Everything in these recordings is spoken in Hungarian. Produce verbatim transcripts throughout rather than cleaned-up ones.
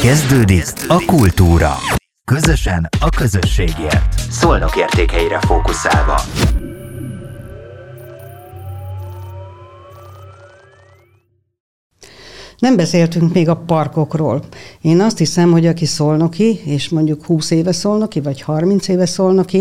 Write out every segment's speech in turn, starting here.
Kezdődik a kultúra. Közösen a közösségért. Szolnok értékeire fókuszálva. Nem beszéltünk még a parkokról. Én azt hiszem, hogy aki szolnoki, és mondjuk húsz éve szolnoki, vagy harminc éve szolnoki,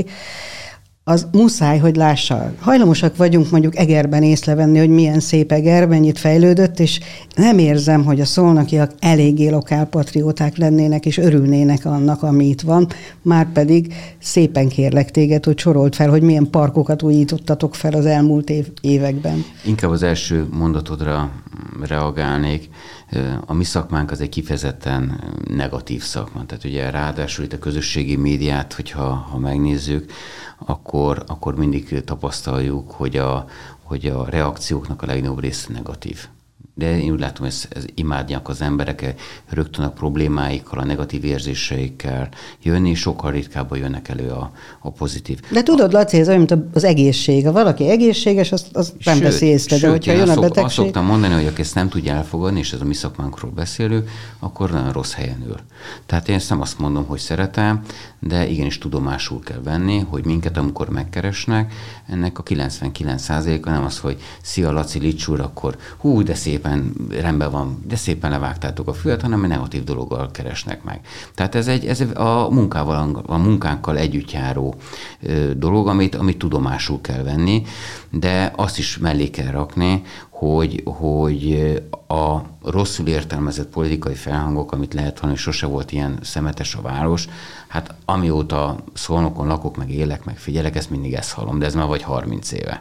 az muszáj, hogy lássa. Hajlamosak vagyunk mondjuk Egerben észrevenni, hogy milyen szép Eger, mennyit fejlődött, és nem érzem, hogy a szolnokiak eléggé lokálpatrióták lennének, és örülnének annak, ami itt van. Márpedig szépen kérlek téged, hogy sorold fel, hogy milyen parkokat újítottatok fel az elmúlt év, években. Inkább az első mondatodra reagálnék. A mi szakmánk az egy kifejezetten negatív szakma. Tehát ugye ráadásul itt a közösségi médiát, hogyha ha megnézzük, akkor, akkor mindig tapasztaljuk, hogy a, hogy a reakcióknak a legnagyobb része negatív. De én úgy látom, hogy ez, ez imádják az emberek, rögtön a problémáikkal, a negatív érzéseikkel jönni, és sokkal ritkábban jönnek elő a, a pozitív. De tudod, Laci, ez olyan, mint az egészség. Ha valaki egészséges, azt, azt nem sőt, veszi észre, de hogyha jön a betegség... Azt szoktam mondani, hogy aki ezt nem tudja elfogadni, és ez a mi szakmánkról beszélő, akkor nagyon rossz helyen ül. Tehát én ezt nem azt mondom, hogy szeretem, de igenis tudomásul kell venni, hogy minket, amikor megkeresnek, ennek a kilencvenkilenc százaléka nem az, hogy szia Laci, Licsúr, akkor hú, de szépen rendben van, de szépen levágtátok a fület, hanem egy negatív dologgal keresnek meg. Tehát ez, egy, ez a munkával, a munkánkkal együtt járó dolog, amit, amit tudomásul kell venni, de azt is mellé kell rakni, hogy, hogy a rosszul értelmezett politikai felhangok, amit lehet hallani, sose volt ilyen szemetes a város, hát amióta Szolnokon lakok, meg élek, meg figyelek, ezt mindig ezt hallom, de ez már vagy harminc éve.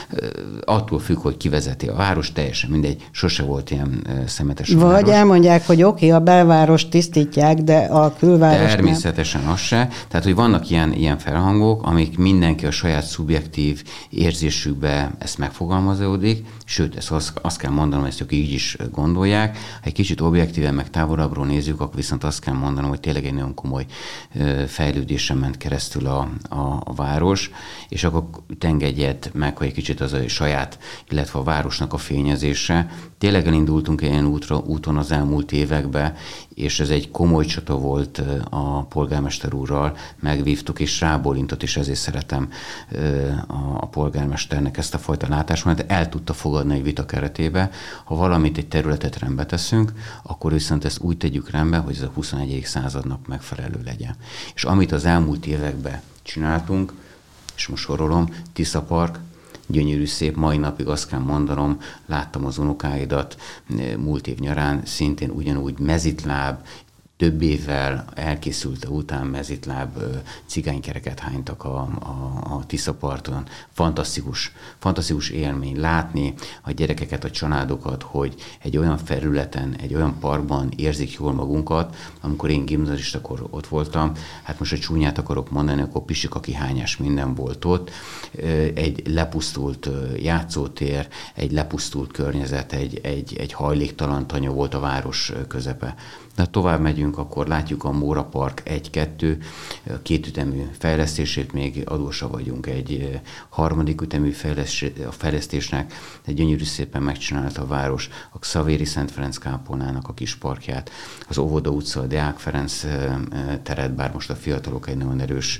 Attól függ, hogy ki vezeti a város, teljesen mindegy, sose volt ilyen szemetes a Vagy város. Vagy elmondják, hogy oké, okay, a belvárost tisztítják, de a külváros Természetesen nem. az se. Tehát, hogy vannak ilyen, ilyen felhangok, amik mindenki a saját szubjektív érzésükbe ezt megfogalmazódik, sőt, ezt azt, azt kell mondanom, ezt ők így is gondolják. Ha egy kicsit objektíven, meg távolabbról nézzük, akkor viszont azt kell mondanom, hogy tényleg egy nagyon komoly fejlődésen ment keresztül a, a, a város, és akkor engedjed meg, hogy egy kicsit az a saját, illetve a városnak a fényezése. Tényleg elindultunk ilyen útra, úton az elmúlt években, és ez egy komoly csata volt a polgármester úrral, megvívtuk és rábólintott, és ezért szeretem a polgármesternek ezt a fajta látásmódot, el tudta fogadni egy vita keretébe. Ha valamit, egy területet rendbe teszünk, akkor viszont ezt úgy tegyük rendbe, hogy ez a huszonegyedik századnak megfelelő legyen. És amit az elmúlt években csináltunk, és most sorolom, Tisza Park, gyönyörű szép, mai napig azt kell mondanom, láttam az unokáidat múlt év nyarán, szintén ugyanúgy mezitláb, több évvel elkészülte után mezitláb cigánykereket hánytak a, a, a Tiszaparton. Fantasztikus, fantasztikus élmény látni a gyerekeket, a családokat, hogy egy olyan felületen, egy olyan parkban érzik jól magunkat, amikor én gimnazistakor ott voltam, hát most a csúnyát akarok mondani, akkor pisika kihányás minden volt ott. Egy lepusztult játszótér, egy lepusztult környezet, egy, egy, egy hajléktalan tanya volt a város közepe. De tovább megyünk, akkor látjuk a Móra Park egy-kettő kétütemű fejlesztését, még adósa vagyunk egy harmadik ütemű fejlesztésnek, egy gyönyörű szépen megcsinálta a város a Xavéri Szent Ferenc kápolnának a kis parkját, az Óvoda utca, a Deák Ferenc teret, bár most a fiatalok egy nagyon erős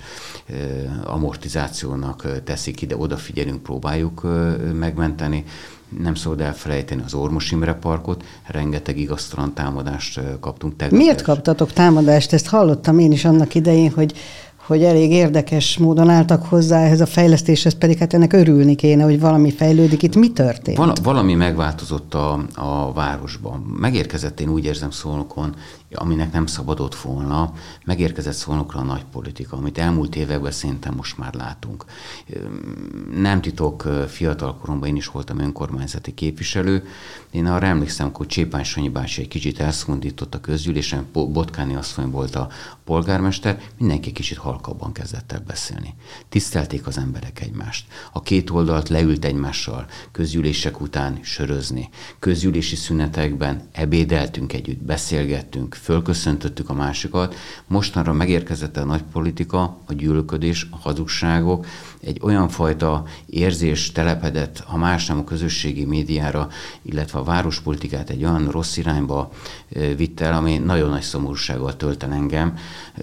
amortizációnak teszik ide, odafigyelünk, próbáljuk megmenteni. Nem szabad elfelejteni az Ormos Imre Parkot, rengeteg igaztalan támadást kaptunk. Tegnap Miért es. kaptatok támadást? Ezt hallottam én is annak idején, hogy, hogy elég érdekes módon álltak hozzá ehhez a fejlesztéshez, pedig hát ennek örülni kéne, hogy valami fejlődik. Itt mi történt? Val- valami megváltozott a, a városban. Megérkezett, én úgy érzem Szolnokon, aminek nem szabadott volna, megérkezett Szolnokra a nagy politika, amit elmúlt években szerintem most már látunk. Nem titok, fiatal koromban én is voltam önkormányzati képviselő. Én arra emlékszem, hogy Csépány Sanyi bácsi egy kicsit elszundított a közgyűlésen, Botkáni asszony volt a polgármester, mindenki kicsit halk halkabban kezdett el beszélni. Tisztelték az emberek egymást. A két oldalt leült egymással közgyűlések után sörözni. Közgyűlési szünetekben ebédeltünk együtt, beszélgettünk, fölköszöntöttük a másikat. Mostanra megérkezett a nagy politika, a gyűlölködés, a hazugságok, egy olyan fajta érzés telepedett, ha más nem a közösségi médiára, illetve a várospolitikát egy olyan rossz irányba vitt el, ami nagyon nagy szomorúsággal tölt el engem,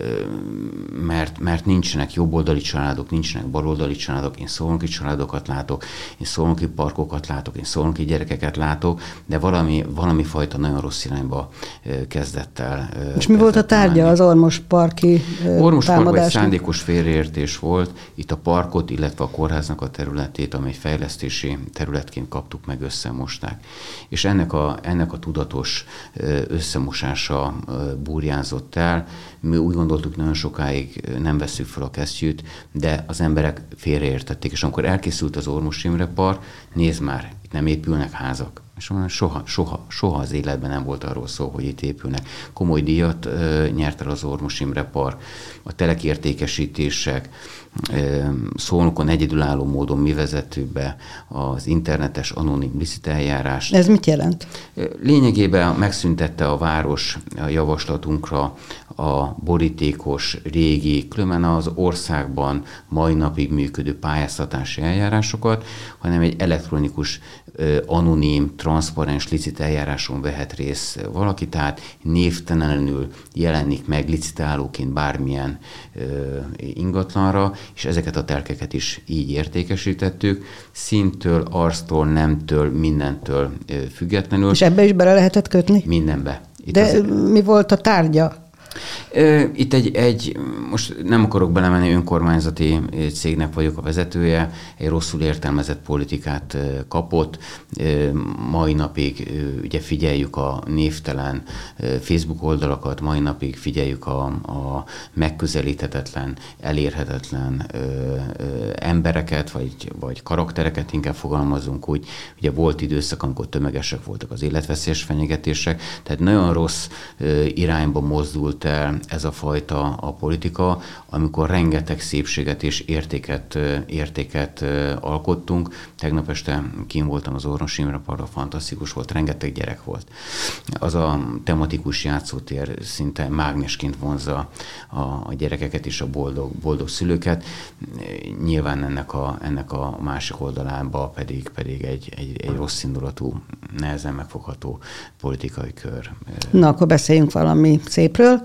mert, mert nincsenek jobboldali családok, nincsenek baloldali családok, én szolnoki családokat látok, én szolnoki parkokat látok, én szolnoki gyerekeket látok, de valami, valami fajta nagyon rossz irányba kezdett el. És mi volt a tárgya menni. Az Ormos parki Ormos parkban egy szándékos félreértés volt, itt a parkot, illetve a kórháznak a területét, amely fejlesztési területként kaptuk meg, összemosták. És ennek a, ennek a tudatos összemosása burjánzott el. Mi úgy gondoltuk, nagyon sokáig nem vesszük fel a kesztyűt, de az emberek félreértették. És amikor elkészült az Ormos Imre Park, nézd már, itt nem épülnek házak. És soha, soha, soha az életben nem volt arról szó, hogy itt épülnek. Komoly díjat ö, nyert el az Ormos Imre Park. A telekértékesítések, ö, Szolnokon egyedülálló módon mi vezettük be az internetes anonim liciteljárás. Ez mit jelent? Lényegében megszüntette a város a javaslatunkra a borítékos, régi, különben az országban mai napig működő pályáztatási eljárásokat, hanem egy elektronikus, anonim, transzparens liciteljáráson vehet részt valaki, tehát névtelenül jelenik meg licitálóként bármilyen ö, ingatlanra, és ezeket a telkeket is így értékesítettük, színtől, arctól, nemtől, mindentől ö, függetlenül. És ebbe is bele lehetett kötni? Mindenbe. Itt De az... mi volt a tárgya? Itt egy, egy, most nem akarok belemenni, önkormányzati cégnek vagyok a vezetője, egy rosszul értelmezett politikát kapott. Mai napig ugye figyeljük a névtelen Facebook oldalakat, mai napig figyeljük a, a megközelíthetetlen, elérhetetlen embereket, vagy, vagy karaktereket, inkább fogalmazunk úgy. Ugye volt időszak, amikor tömegesek voltak az életveszélyes fenyegetések, tehát nagyon rossz irányba mozdult el ez a fajta a politika, amikor rengeteg szépséget és értéket, értéket alkottunk. Tegnap este kín voltam az Ormos Imre Parkban, fantasztikus volt, rengeteg gyerek volt. Az a tematikus játszótér szinte mágnesként vonzza a, a gyerekeket és a boldog, boldog szülőket. Nyilván ennek a, ennek a másik oldalába pedig, pedig egy, egy, egy rossz indulatú, nehezen megfogható politikai kör. Na, akkor beszéljünk valami szépről.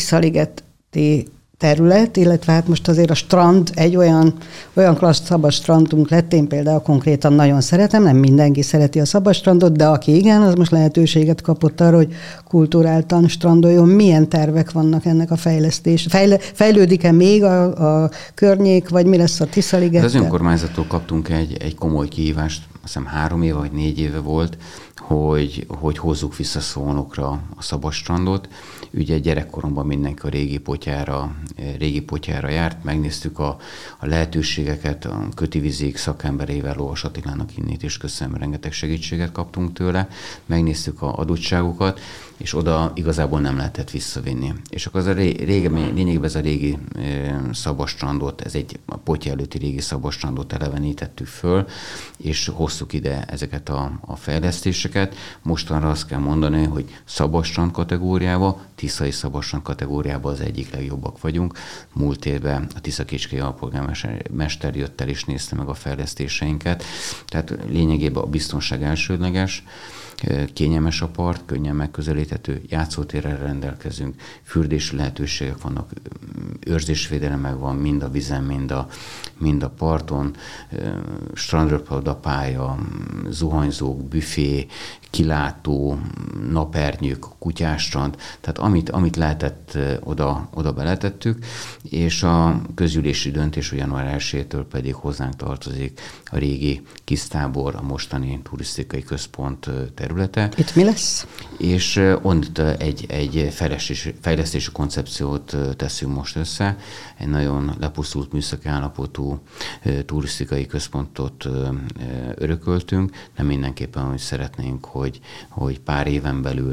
Tiszaligeti terület, illetve hát most azért a strand egy olyan, olyan klassz szabad strandunk lett, én például konkrétan nagyon szeretem, nem mindenki szereti a szabad strandot, de aki igen, az most lehetőséget kapott arra, hogy kulturáltan strandoljon. Milyen tervek vannak ennek a fejlesztés? Fejle, fejlődik-e még a, a környék, vagy mi lesz a Tiszaligettel? Az önkormányzattól kaptunk egy, egy komoly kihívást, azt hiszem három éve vagy négy éve volt, hogy, hogy hozzuk vissza Szolnokra a szabad strandot. Ugye gyerekkoromban mindenki a régi potyára, régi potyára járt, megnéztük a, a lehetőségeket, a Kötivízik szakemberével, Lovas Attilának innét is köszönöm, rengeteg segítséget kaptunk tőle, megnéztük a adottságokat, és oda igazából nem lehetett visszavinni. És akkor az a régi, lényegben ez a régi szabad strandot, ez egy a potya előtti régi szabad strandot elevenítettük föl, és hoztuk ide ezeket a, a fejlesztéseket. Mostanra azt kell mondani, hogy szabad strand kategóriába, tiszai szabad strand kategóriában az egyik legjobbak vagyunk. Múlt évben a Tiszakécskei alpolgármester jött el és nézte meg a fejlesztéseinket. Tehát lényegében a biztonság elsődleges, kényelmes a part, könnyen megközelíthető, játszótérrel rendelkezünk, fürdési lehetőségek vannak, őrzésvédelem megvan mind a vízen, mind a, mind a parton, strandröplabda pálya, zuhanyzók, büfé, kilátó, napernyők, kutyástrand, tehát amit, amit lehetett, oda, oda beletettük, és a közgyűlési döntés, hogy január elsejétől pedig hozzánk tartozik a régi Kisztábor, a mostani turisztikai központ területe. Itt mi lesz? És ott egy, egy fejlesztési, fejlesztési koncepciót teszünk most össze, egy nagyon lepusztult műszaki állapotú turisztikai központot örököltünk, de mindenképpen, hogy szeretnénk, hogy, hogy pár éven belül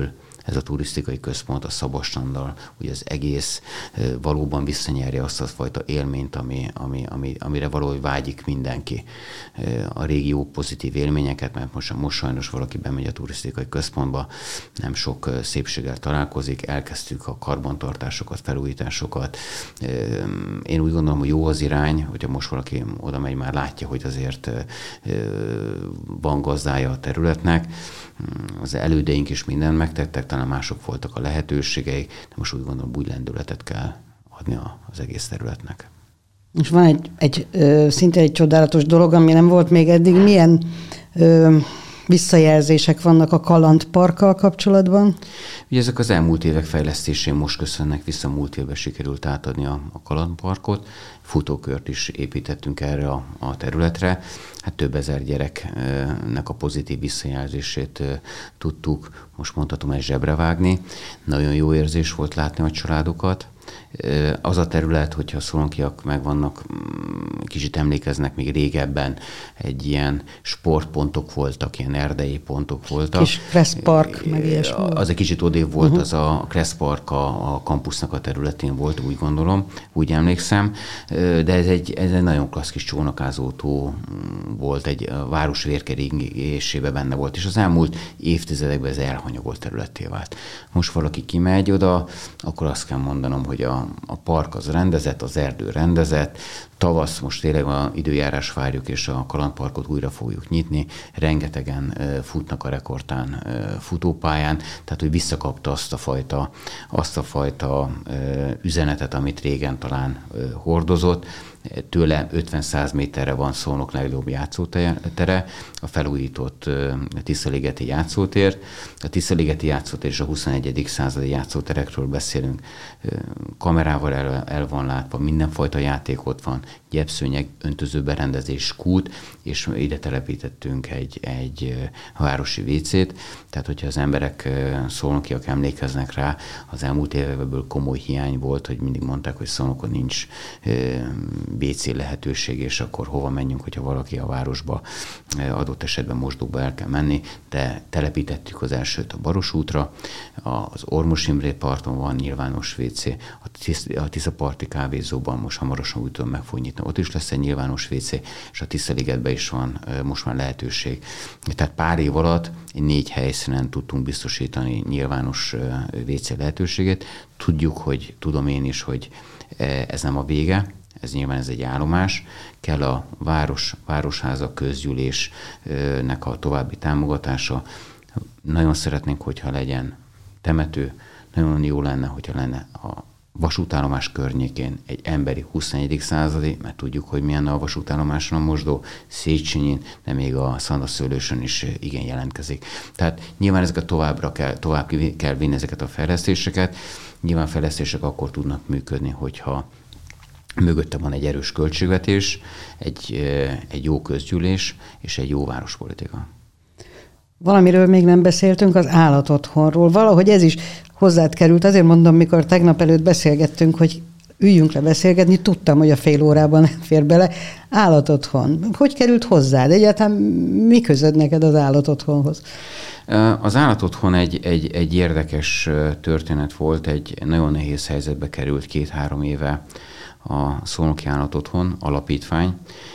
ez a turisztikai központ a Szabadstránddal, ugye az egész valóban visszanyerje azt a fajta élményt, ami, ami, ami, amire valahogy vágyik mindenki. A régió pozitív élményeket, mert most, most sajnos valaki bemegy a turisztikai központba, nem sok szépséggel találkozik, elkezdtük a karbantartásokat, felújításokat. Én úgy gondolom, hogy jó az irány, hogyha most valaki oda megy, már látja, hogy azért van gazdája a területnek. Az elődeink is mindent megtettek, talán mások voltak a lehetőségeik, de most úgy gondolom, úgy lendületet kell adni az egész területnek. És van egy, egy ö, szinte egy csodálatos dolog, ami nem volt még eddig. Milyen ö, visszajelzések vannak a kalandparkkal kapcsolatban? Ugye ezek az elmúlt évek fejlesztésén most köszönnek vissza, múlt évben sikerült átadni a, a kalandparkot. Futókört is építettünk erre a, a területre. Hát több ezer gyereknek a pozitív visszajelzését tudtuk, most mondhatom, egy zsebre vágni. Nagyon jó érzés volt látni a családokat. Az a terület, hogyha a szolnokiak megvannak, kicsit emlékeznek, még régebben egy ilyen sportpontok voltak, ilyen erdei pontok voltak. Kis Kressz Park, meg ilyesmi. Az egy kicsit odébb volt, uh-huh. az a Kressz Park a, a kampusznak a területén volt, úgy gondolom, úgy emlékszem, de ez egy, ez egy nagyon klassz kis csónakázó tó volt, egy város vérkeringésében benne volt, és az elmúlt évtizedekben ez elhanyagolt területté vált. Most valaki kimegy oda, akkor azt kell mondanom, hogy a, a park az rendezett, az erdő rendezett, tavasz, most tényleg az időjárás várjuk, és a kalandparkot újra fogjuk nyitni. Rengetegen futnak a rekordtán futópályán, tehát hogy visszakapta azt a fajta, azt a fajta üzenetet, amit régen talán hordozott. Tőle ötven-száz méterre van Szolnok legnagyobb játszótere, a felújított Tiszaligeti játszótér. A Tiszaligeti játszótér és a huszonegyedik századi játszóterekről beszélünk. Kamerával el, el van látva, mindenfajta játék ott van, gyepszőnyeg, öntözőberendezés, kút, és ide telepítettünk egy, egy városi vécét. Tehát, hogyha az emberek, szolnokiak emlékeznek rá, az elmúlt évekből komoly hiány volt, hogy mindig mondták, hogy Szolnokon nincs vé cé lehetőség, és akkor hova menjünk, hogyha valaki a városba, adott esetben mosdóba el kell menni, de telepítettük az elsőt a Baros útra, az Ormos Imré parton van nyilvános vé cé, a Tiszaparti kávézóban most hamarosan úgy tudom meg fog nyitni, ott is lesz egy nyilvános vé cé, és a Tiszaligetben is van most már lehetőség. Tehát pár év alatt négy helyszínen tudtunk biztosítani nyilvános vé cé lehetőséget. Tudjuk, hogy tudom én is, hogy ez nem a vége, ez nyilván ez egy állomás, kell a város, városháza közgyűlésnek a további támogatása. Nagyon szeretnénk, hogyha legyen temető, nagyon jó lenne, hogyha lenne a vasútállomás környékén egy emberi huszonegyedik századi, mert tudjuk, hogy milyen a vasútállomáson a mosdó, Széchenyin, de még a Szandaszőlősön is igen jelentkezik. Tehát nyilván ezeket továbbra kell, tovább kell vinni ezeket a fejlesztéseket. Nyilván fejlesztések akkor tudnak működni, hogyha mögötte van egy erős költségvetés, egy, egy jó közgyűlés és egy jó várospolitika. Valamiről még nem beszéltünk, az állatotthonról. Valahogy ez is hozzád került. Azért mondom, mikor tegnap előtt beszélgettünk, hogy üljünk le beszélgetni, tudtam, hogy a fél órában nem fér bele. Állatotthon. Hogy került hozzád? Egyáltalán mi közöd neked az állatotthonhoz? Az állatotthon egy, egy, egy érdekes történet volt, egy nagyon nehéz helyzetbe került két-három éve a Szolnoki Állatotthon alapítvány.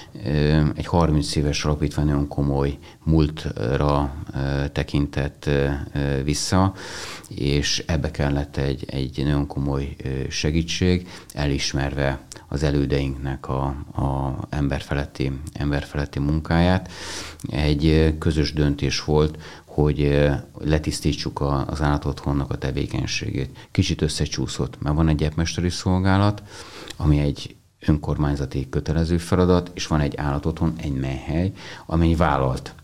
Egy harminc éves alapítvány nagyon komoly múltra tekintett vissza, és ebbe kellett egy, egy nagyon komoly segítség, elismerve az elődeinknek a, a emberfeletti, emberfeletti munkáját. Egy közös döntés volt, hogy letisztítsuk az állatotthonnak a tevékenységét. Kicsit összecsúszott, mert van egy gyepmesteri szolgálat, ami egy önkormányzati kötelező feladat, és van egy állatotthon, egy menhely, amely vállalt.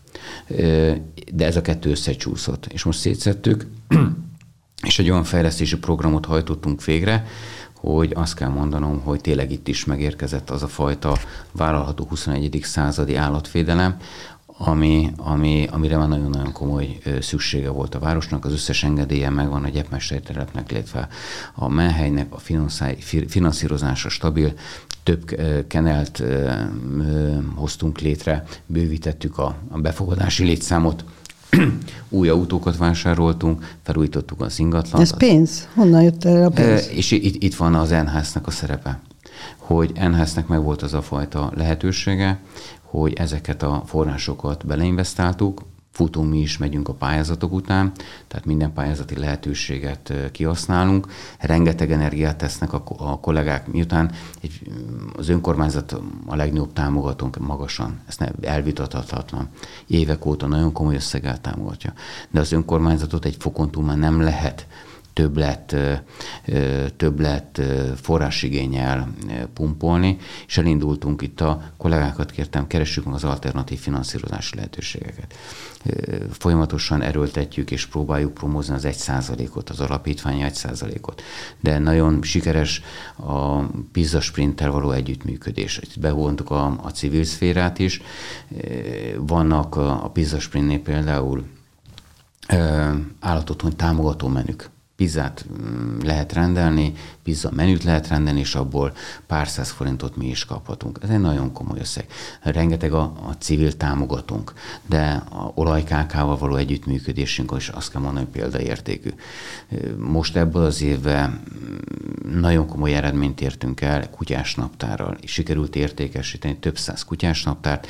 De ez a kettő összecsúszott. És most szétszedtük, és egy olyan fejlesztési programot hajtottunk végre, hogy azt kell mondanom, hogy tényleg itt is megérkezett az a fajta vállalható huszonegyedik századi állatvédelem, ami, ami, amire már nagyon-nagyon komoly szüksége volt a városnak. Az összes engedélye megvan a gyepmesteri telepnek, illetve a menhelynek, a finanszírozása stabil, több kenelt hoztunk létre, bővítettük a, a befogadási létszámot, új autókat vásároltunk, felújítottuk az ingatlant. Ez pénz? Honnan jött erre a pénz? És itt, itt van az en há es-nek a szerepe, hogy en há es-nek meg volt az a fajta lehetősége, hogy ezeket a forrásokat beleinvestáltuk, futunk mi is, megyünk a pályázatok után, tehát minden pályázati lehetőséget kihasználunk. Rengeteg energiát tesznek a, a kollégák, miután egy, az önkormányzat a legnagyobb támogatónk magasan, ez nem elvitathatatlan. Évek óta nagyon komoly összeggel támogatja. De az önkormányzatot egy fokon túl már nem lehet többlet, többlet forrásigénnyel pumpolni, és elindultunk itt, a kollégákat kértem, keressük meg az alternatív finanszírozási lehetőségeket. Folyamatosan erőltetjük és próbáljuk promózni az egy százalékot, az alapítványi egy százalékot. De nagyon sikeres a Pizza Sprinttel való együttműködés. Bevontuk a, a civil szférát is. Vannak a, a Pizza Sprintnél például állatotthoni támogató menük. Pizzát lehet rendelni, pizza menüt lehet rendelni, és abból pár száz forintot mi is kaphatunk. Ez egy nagyon komoly összeg. Rengeteg a, a civil támogatónk, de a olajkákával való együttműködésünk is azt kell mondani, hogy példaértékű. Most ebből az évben nagyon komoly eredményt értünk el kutyás naptárral. Sikerült értékesíteni több száz kutyás naptárt.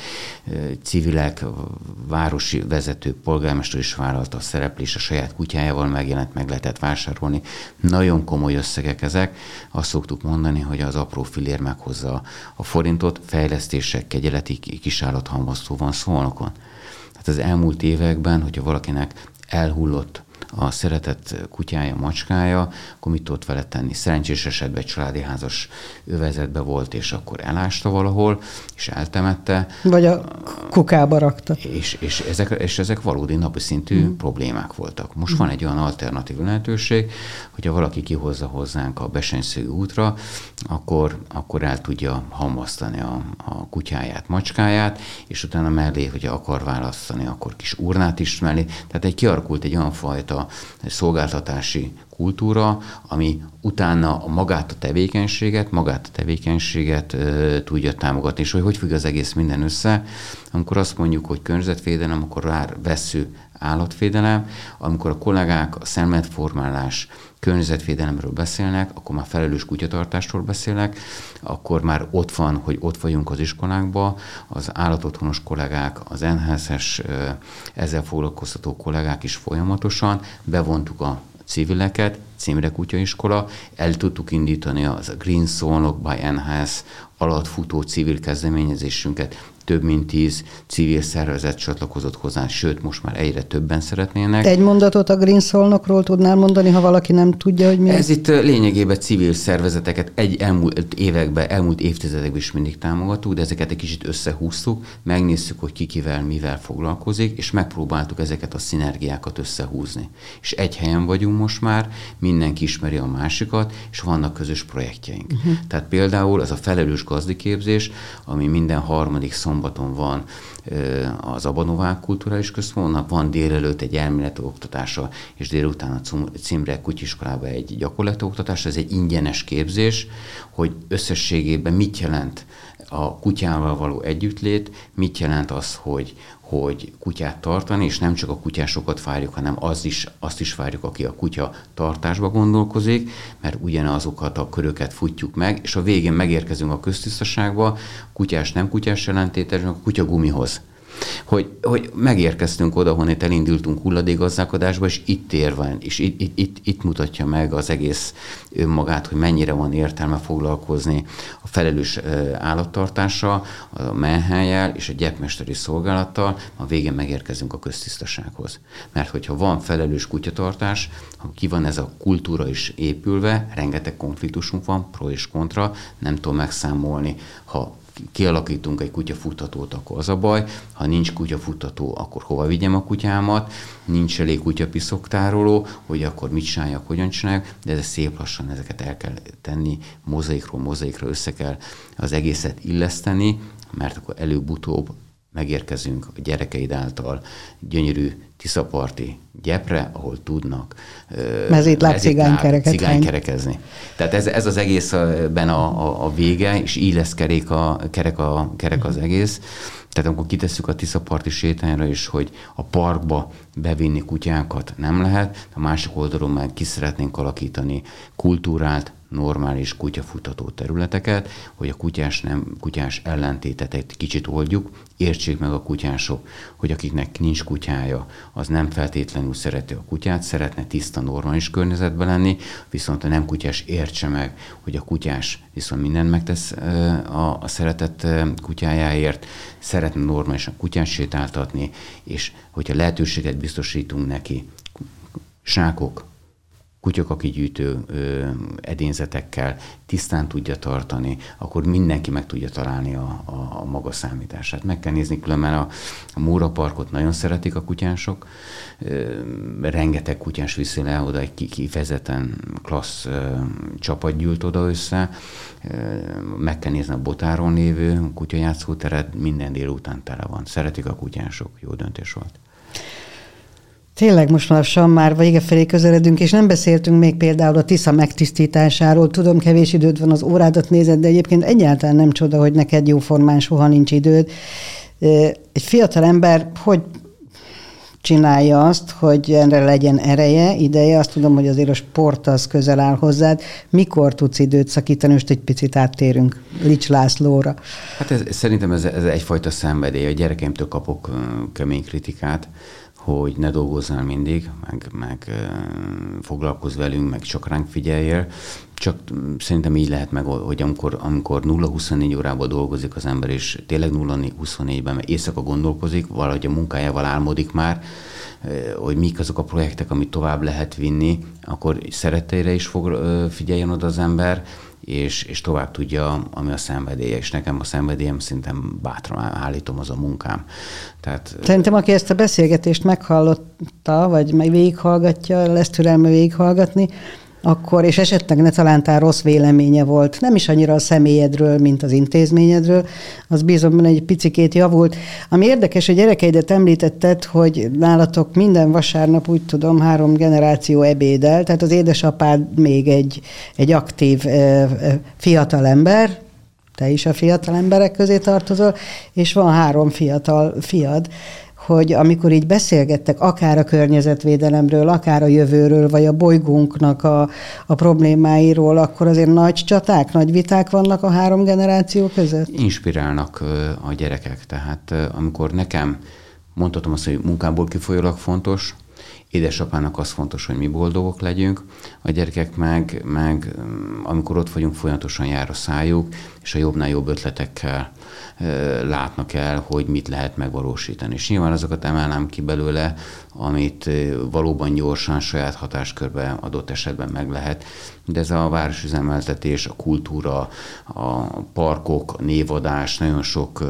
Civilek, városi vezetők, polgármester is vállalta a szereplés, a saját kutyájával megjelent, meg lehetett vásárolni. Nagyon komoly összegek ezek. Azt szoktuk mondani, hogy az apró fillér meghozza a forintot, fejlesztések, kegyeleti kisállathamvasztó van Szolnokon. Hát az elmúlt években, hogyha valakinek elhullott a szeretett kutyája, macskája, akkor mit tudott vele tenni? Szerencsés esetben egy családi házas övezetbe volt, és akkor elásta valahol, és eltemette. Vagy a kukába rakta. És, és, ezek, és ezek valódi napi szintű mm. problémák voltak. Most mm. van egy olyan alternatív lehetőség, hogyha valaki kihozza hozzánk a Besenyszői útra, akkor, akkor el tudja hamvasztani a, a kutyáját, macskáját, és utána mellé, hogyha akar választani, akkor kis urnát is mellé. Tehát egy kialakult egy olyan fajta szolgáltatási kultúra, ami utána a magát a tevékenységet, magát a tevékenységet e, tudja támogatni. És hogy hogy függ az egész minden össze, amikor azt mondjuk, hogy környezetvédelem, akkor rá vessző állatvédelem, amikor a kollégák a szemléletformálás, környezetvédelemről beszélnek, akkor már felelős kutyatartásról beszélnek, akkor már ott van, hogy ott vagyunk az iskolákban, az állatotthonos kollégák, az en há es-es ezzel foglalkoztató kollégák is folyamatosan, bevontuk a civileket, Cimre kutyaiskola, el tudtuk indítani az Green Szolnok by en há es alatt futó civil kezdeményezésünket, több mint tíz civil szervezet csatlakozott hozzá, sőt, most már egyre többen szeretnének. Egy mondatot a Green Szolnokról tudnál mondani, ha valaki nem tudja, hogy mi ez? Ez itt lényegében civil szervezeteket egy elmúlt években, elmúlt évtizedekben is mindig támogatunk, de ezeket egy kicsit összehúztuk, megnéztük, hogy ki kivel, mivel foglalkozik, és megpróbáltuk ezeket a szinergiákat összehúzni. És egy helyen vagyunk most már, mindenki ismeri a másikat, és vannak közös projektjeink. Uh-huh. Tehát például az a felelős gazdiképzés, ami minden harmadik szombaton van az Abanovák Kulturális Központnak, van délelőtt egy elméleti oktatása, és délután a Cimre kutyiskolában egy gyakorlati oktatás, ez egy ingyenes képzés, hogy összességében mit jelent a kutyával való együttlét, mit jelent az, hogy hogy kutyát tartani, és nem csak a kutyásokat várjuk, hanem az is, azt is várjuk, aki a kutya tartásba gondolkozik, mert ugyanazokat a köröket futjuk meg, és a végén megérkezünk a köztisztaságba, kutyás, nem kutyás ellentétes, a kutya gumihoz. Hogy, hogy megérkeztünk oda, honnét elindultunk hulladékgazdálkodásba, és itt ér van, és itt, itt, itt, itt mutatja meg az egész önmagát, hogy mennyire van értelme foglalkozni a felelős állattartással, a menhellyel és a gyepmesteri szolgálattal, a végén megérkezünk a köztisztasághoz. Mert hogyha van felelős kutyatartás, ha ki van ez a kultúra is épülve, rengeteg konfliktusunk van, pro és kontra, nem tudom megszámolni, ha kialakítunk egy kutyafuttatót, akkor az a baj, ha nincs kutyafuttató, akkor hova vigyem a kutyámat, nincs elég kutyapiszoktároló, hogy akkor mit csináljak, hogyan csináljuk, de ez szép lassan ezeket el kell tenni, mozaikról mozaikra össze kell az egészet illeszteni, mert akkor előbb-utóbb megérkezünk a gyerekeid által gyönyörű tiszaparti gyepre, ahol tudnak mezítláb cigánykereket cigánykerekezni. Tehát ez, ez az egészben a, a, a vége, és így lesz kerék a, kerek, a, kerek az egész. Tehát amikor kitesszük a tiszaparti sétányra is, hogy a parkba bevinni kutyákat nem lehet, a másik oldalon meg ki szeretnénk alakítani kultúrált, normális kutyafutató területeket, hogy a kutyás, nem, kutyás ellentétet egy kicsit oldjuk, értsék meg a kutyások, hogy akiknek nincs kutyája, az nem feltétlenül szereti a kutyát, szeretne tiszta, normális környezetben lenni, viszont a nem kutyás értse meg, hogy a kutyás viszont mindent megtesz a, a szeretett kutyájáért, szeretne normálisan kutyát sétáltatni, és hogyha lehetőséget biztosítunk neki, sákok, kutyakakigyűjtő edényzetekkel tisztán tudja tartani, akkor mindenki meg tudja találni a, a, a maga számítását. Meg kell nézni, különben a, a Móra parkot nagyon szeretik a kutyások, rengeteg kutyás viszi le oda, egy kifejezetten klassz csapat gyűlt oda össze, meg kell nézni a Botáron lévő kutyajátszóteret, minden délután tele van. Szeretik a kutyások, jó döntés volt. Tényleg most lassan már vége felé közeledünk, és nem beszéltünk még például a Tisza megtisztításáról. Tudom, kevés időd van, az órádat nézed, de egyébként egyáltalán nem csoda, hogy neked jóformán soha nincs időd. Egy fiatal ember hogy csinálja azt, hogy erre legyen ereje, ideje? Azt tudom, hogy azért a sport az közel áll hozzád. Mikor tudsz időt szakítani? Most egy picit áttérünk Lics Lászlóra. Hát ez, szerintem ez, ez egyfajta szenvedély. A gyerekeimtől kapok kemény kritikát, hogy ne dolgozzál mindig, meg, meg foglalkozz velünk, meg csak ránk figyeljél. Csak szerintem így lehet meg, hogy amikor, amikor nulla huszonnégy órában dolgozik az ember, és tényleg nulla huszonnégyben, mert éjszaka gondolkozik, valahogy a munkájával álmodik már, hogy mik azok a projektek, amit tovább lehet vinni, akkor szeretteire is fog, figyeljen oda az ember, és, és tovább tudja, ami a szenvedélye, és nekem a szenvedélyem szerintem bátran állítom, az a munkám. Tehát, Szerintem, aki ezt a beszélgetést meghallotta, vagy meg végighallgatja, lesz türelme végighallgatni, akkor, és esetleg ne talántál rossz véleménye volt, nem is annyira a személyedről, mint az intézményedről, az bízom benne egy picikét javult. Ami érdekes, hogy gyerekeidet említetted, hogy nálatok minden vasárnap, úgy tudom, három generáció ebédel, tehát az édesapád még egy, egy aktív fiatal ember, te is a fiatal emberek közé tartozol, és van három fiatal fiad, hogy amikor így beszélgettek akár a környezetvédelemről, akár a jövőről, vagy a bolygónknak a, a problémáiról, akkor azért nagy csaták, nagy viták vannak a három generáció között? Inspirálnak a gyerekek. Tehát amikor nekem mondhatom azt, hogy munkából kifolyólag fontos, édesapának az fontos, hogy mi boldogok legyünk, a gyerekek meg, meg amikor ott vagyunk, folyamatosan jár a szájuk, és a jobbnál jobb ötletekkel látnak el, hogy mit lehet megvalósítani. És nyilván azokat emelnám ki belőle, amit valóban gyorsan, saját hatáskörben adott esetben meg lehet. De ez a városüzemeltetés, a kultúra, a parkok, a névadás, nagyon sok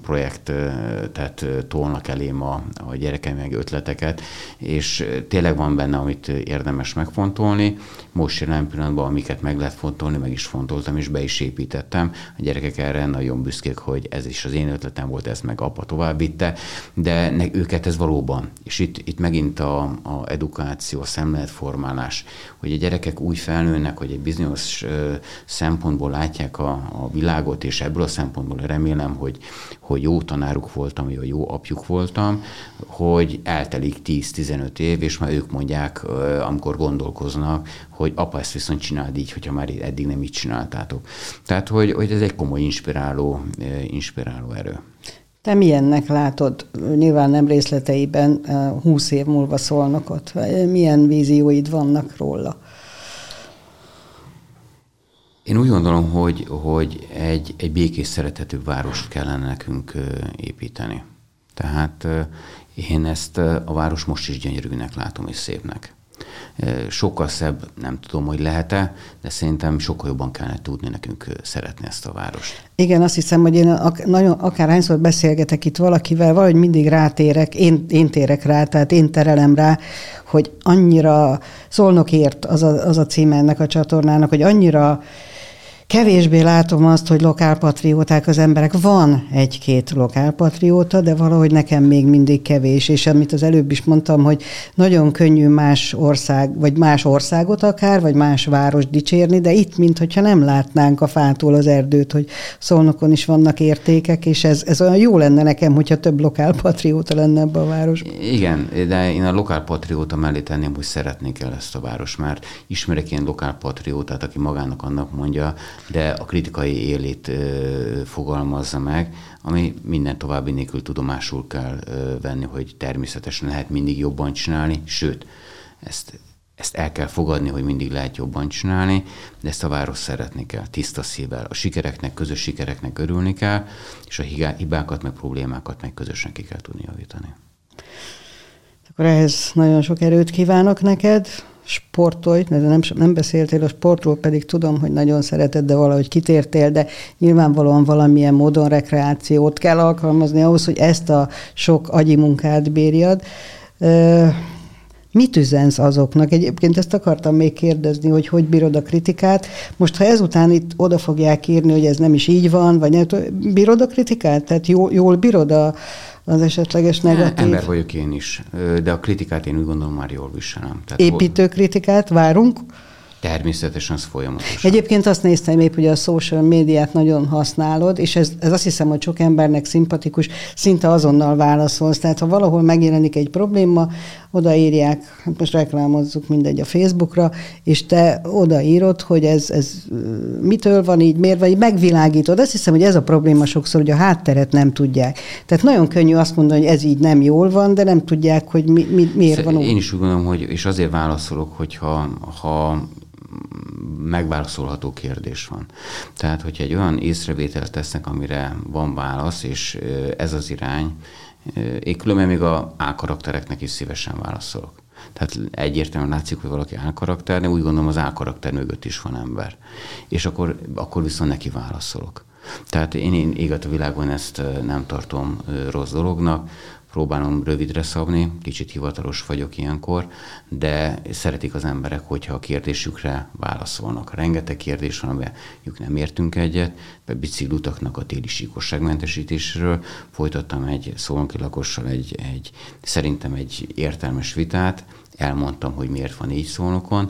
projektet tolnak elém a, a gyerekeim meg ötleteket, és tényleg van benne, amit érdemes megfontolni. Most jelen pillanatban, amiket meg lehet fontolni, meg is fontoltam, és be is építettem. A gyerekek erre nagyon büszkék, hogy ez is az én ötletem volt, ezt meg apa tovább vitte, de ne, őket ez valóban. És itt, itt megint a, a edukáció, a szemléletformálás, hogy a gyerekek úgy felnőnek, hogy egy bizonyos ö, szempontból látják a, a világot, és ebből a szempontból remélem, hogy, hogy jó tanáruk voltam, vagy jó apjuk voltam, hogy eltelik tíz-tizenöt év, és már ők mondják, ö, amikor gondolkoznak, hogy apa, ezt viszont csináld így, hogyha már eddig nem így csináltátok. Tehát, hogy, hogy ez egy komoly inspiráló, inspiráló erő. Te milyennek látod, nyilván nem részleteiben, húsz év múlva Szolnokot? Milyen vízióid vannak róla? Én úgy gondolom, hogy, hogy egy, egy békés, szerethető várost kellene nekünk építeni. Tehát én ezt a város most is gyönyörűnek látom, és szépnek. Sokkal szebb, nem tudom, hogy lehet-e, de szerintem sokkal jobban kellene tudni nekünk szeretni ezt a várost. Igen, azt hiszem, hogy én ak- nagyon, akárhányszor beszélgetek itt valakivel, valahogy mindig rátérek, én, én térek rá, tehát én terelem rá, hogy annyira Szolnokért az a, az a címe ennek a csatornának, hogy annyira Kevésbé látom azt, hogy lokálpatrióták az emberek. Van egy-két lokálpatrióta, de valahogy nekem még mindig kevés. És amit az előbb is mondtam, hogy nagyon könnyű más ország, vagy más országot akár, vagy más város dicsérni, de itt, mintha nem látnánk a fától az erdőt, hogy Szolnokon is vannak értékek, és ez, ez olyan jó lenne nekem, hogyha több lokálpatrióta lenne ebbe a városban. Igen, de én a lokálpatrióta mellé tenném, hogy szeretnék el ezt a város, mert ismerek ilyen lokálpatriótát, aki magának annak mondja, de a kritikai élét ö, fogalmazza meg, ami minden további nélkül tudomásul kell ö, venni, hogy természetesen lehet mindig jobban csinálni, sőt, ezt, ezt el kell fogadni, hogy mindig lehet jobban csinálni, de ezt a város szeretni kell, tiszta szívvel. A sikereknek, közös sikereknek örülni kell, és a hibákat, meg problémákat meg közösen ki kell tudni javítani. Akkor ehhez nagyon sok erőt kívánok neked. Sportolj, de nem, nem beszéltél a sportról, pedig tudom, hogy nagyon szereted, de valahogy kitértél, de nyilvánvalóan valamilyen módon rekreációt kell alkalmazni ahhoz, hogy ezt a sok agyi munkát bírjad. Mit üzensz azoknak? Egyébként ezt akartam még kérdezni, hogy hogy bírod a kritikát. Most, ha ezután itt oda fogják írni, hogy ez nem is így van, vagy nem, bírod a kritikát? Tehát jól, jól bírod a, az esetleges negatív? Ember vagyok én is, de a kritikát én úgy gondolom már jól viselem. Tehát építő kritikát várunk? Természetesen az folyamatosan. Egyébként azt néztem épp, hogy a social médiát nagyon használod, és ez, ez azt hiszem, hogy sok embernek szimpatikus, szinte azonnal válaszolsz. Tehát ha valahol megjelenik egy probléma, odaírják, hát most reklámozzuk mindegy a Facebookra, és te odaírod, hogy ez, ez mitől van így, miért van így, megvilágítod. Azt hiszem, hogy ez a probléma sokszor, hogy a hátteret nem tudják. Tehát nagyon könnyű azt mondani, hogy ez így nem jól van, de nem tudják, hogy mi, mi, miért van úgy. Én is úgy gondolom, hogy, és azért válaszolok, hogyha ha megválaszolható kérdés van. Tehát, hogyha egy olyan észrevételt tesznek, amire van válasz, és ez az irány, én különben még a A-karaktereknek is szívesen válaszolok. Tehát egyértelműen látszik, hogy valaki A-karakter, de úgy gondolom az A-karakter mögött is van ember. És akkor, akkor viszont neki válaszolok. Tehát én, én éget a világon ezt nem tartom rossz dolognak, próbálom rövidre szabni, kicsit hivatalos vagyok ilyenkor, de szeretik az emberek, hogyha a kérdésükre válaszolnak. Rengeteg kérdés van, amiben nem értünk egyet, be biciklutaknak a téli síkosságmentesítésről folytattam egy szolnoki lakossal egy, egy, szerintem egy értelmes vitát, elmondtam, hogy miért van így Szolnokon,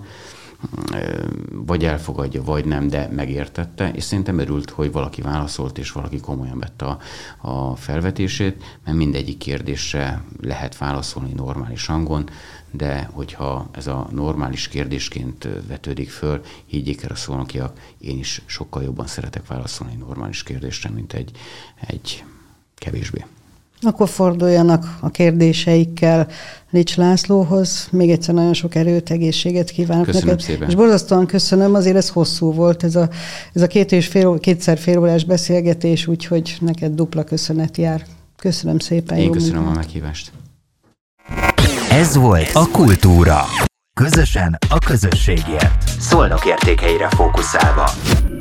vagy elfogadja, vagy nem, de megértette, és szerintem örült, hogy valaki válaszolt, és valaki komolyan vette a, a felvetését, mert mindegyik kérdésre lehet válaszolni normális hangon, de hogyha ez a normális kérdésként vetődik föl, higgyék el a szolnokiak, én is sokkal jobban szeretek válaszolni normális kérdésre, mint egy, egy kevésbé. Akkor forduljanak a kérdéseikkel Rics Lászlóhoz. Még egyszer nagyon sok erőt, egészséget kívánok köszönöm neked. Szépen. És borzasztóan köszönöm, azért ez hosszú volt, ez a, ez a két és fél, kétszer fél órás beszélgetés, úgyhogy neked dupla köszönet jár. Köszönöm szépen. Én köszönöm munkát. A meghívást. Ez volt a Kultúra. Közösen a közösségért. Szolnok értékeire fókuszálva.